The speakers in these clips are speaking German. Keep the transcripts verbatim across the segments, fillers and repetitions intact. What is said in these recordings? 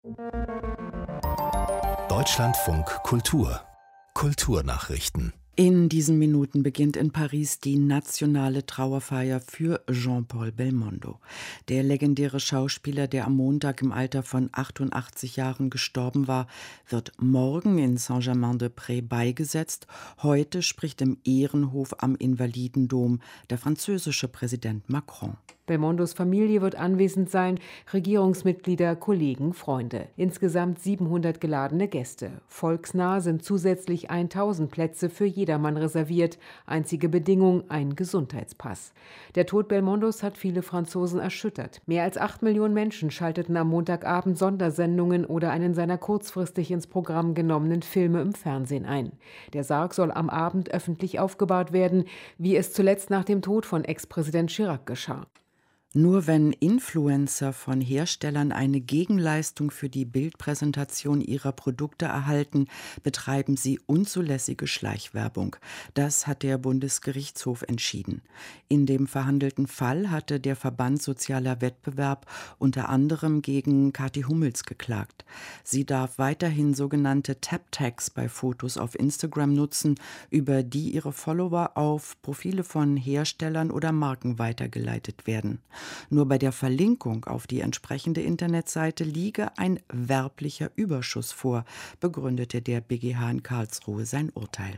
Deutschlandfunk Kultur Kulturnachrichten. In diesen Minuten beginnt in Paris die nationale Trauerfeier für Jean-Paul Belmondo. Der legendäre Schauspieler, der am Montag im Alter von achtundachtzig Jahren gestorben war, wird morgen in Saint-Germain-des-Prés beigesetzt. Heute spricht im Ehrenhof am Invalidendom der französische Präsident Macron. Belmondos Familie wird anwesend sein, Regierungsmitglieder, Kollegen, Freunde. Insgesamt siebenhundert geladene Gäste. Volksnah sind zusätzlich tausend Plätze für jedermann reserviert. Einzige Bedingung, ein Gesundheitspass. Der Tod Belmondos hat viele Franzosen erschüttert. Mehr als acht Millionen Menschen schalteten am Montagabend Sondersendungen oder einen seiner kurzfristig ins Programm genommenen Filme im Fernsehen ein. Der Sarg soll am Abend öffentlich aufgebahrt werden, wie es zuletzt nach dem Tod von Ex-Präsident Chirac geschah. Nur wenn Influencer von Herstellern eine Gegenleistung für die Bildpräsentation ihrer Produkte erhalten, betreiben sie unzulässige Schleichwerbung. Das hat der Bundesgerichtshof entschieden. In dem verhandelten Fall hatte der Verband Sozialer Wettbewerb unter anderem gegen Kathi Hummels geklagt. Sie darf weiterhin sogenannte Tap-Tags bei Fotos auf Instagram nutzen, über die ihre Follower auf Profile von Herstellern oder Marken weitergeleitet werden. Nur bei der Verlinkung auf die entsprechende Internetseite liege ein werblicher Überschuss vor, begründete der B G H in Karlsruhe sein Urteil.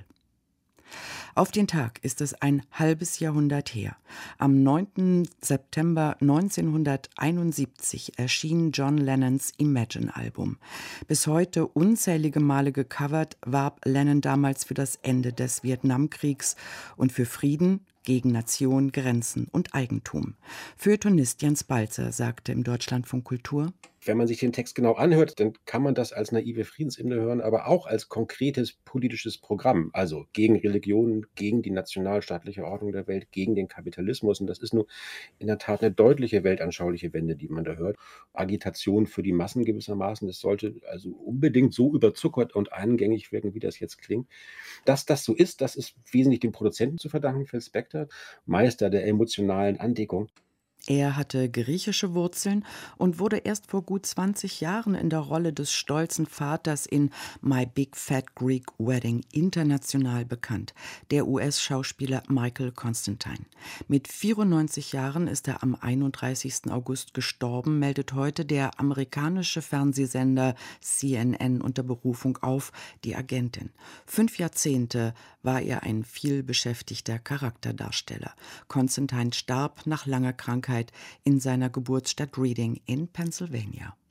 Auf den Tag ist es ein halbes Jahrhundert her. Am neunten September neunzehnhunderteinundsiebzig erschien John Lennons Imagine-Album. Bis heute unzählige Male gecovert, warb Lennon damals für das Ende des Vietnamkriegs und für Frieden gegen Nation, Grenzen und Eigentum. Feuilletonist Jens Balzer sagte im Deutschlandfunk Kultur: Wenn man sich den Text genau anhört, dann kann man das als naive Friedenshymne hören, aber auch als konkretes politisches Programm, also gegen Religion, gegen die nationalstaatliche Ordnung der Welt, gegen den Kapitalismus. Und das ist nur in der Tat eine deutliche weltanschauliche Wende, die man da hört. Agitation für die Massen gewissermaßen. Das sollte also unbedingt so überzuckert und eingängig wirken, wie das jetzt klingt. Dass das so ist, das ist wesentlich dem Produzenten zu verdanken, Phil Spector, Meister der emotionalen Andickung. Er hatte griechische Wurzeln und wurde erst vor gut zwanzig Jahren in der Rolle des stolzen Vaters in My Big Fat Greek Wedding international bekannt, der U S-Schauspieler Michael Constantine. Mit vierundneunzig Jahren ist er am einunddreißigsten August gestorben, meldet heute der amerikanische Fernsehsender C N N unter Berufung auf die Agentin. Fünf Jahrzehnte war er ein vielbeschäftigter Charakterdarsteller. Constantine starb nach langer Krankheit in seiner Geburtsstadt Reading in Pennsylvania.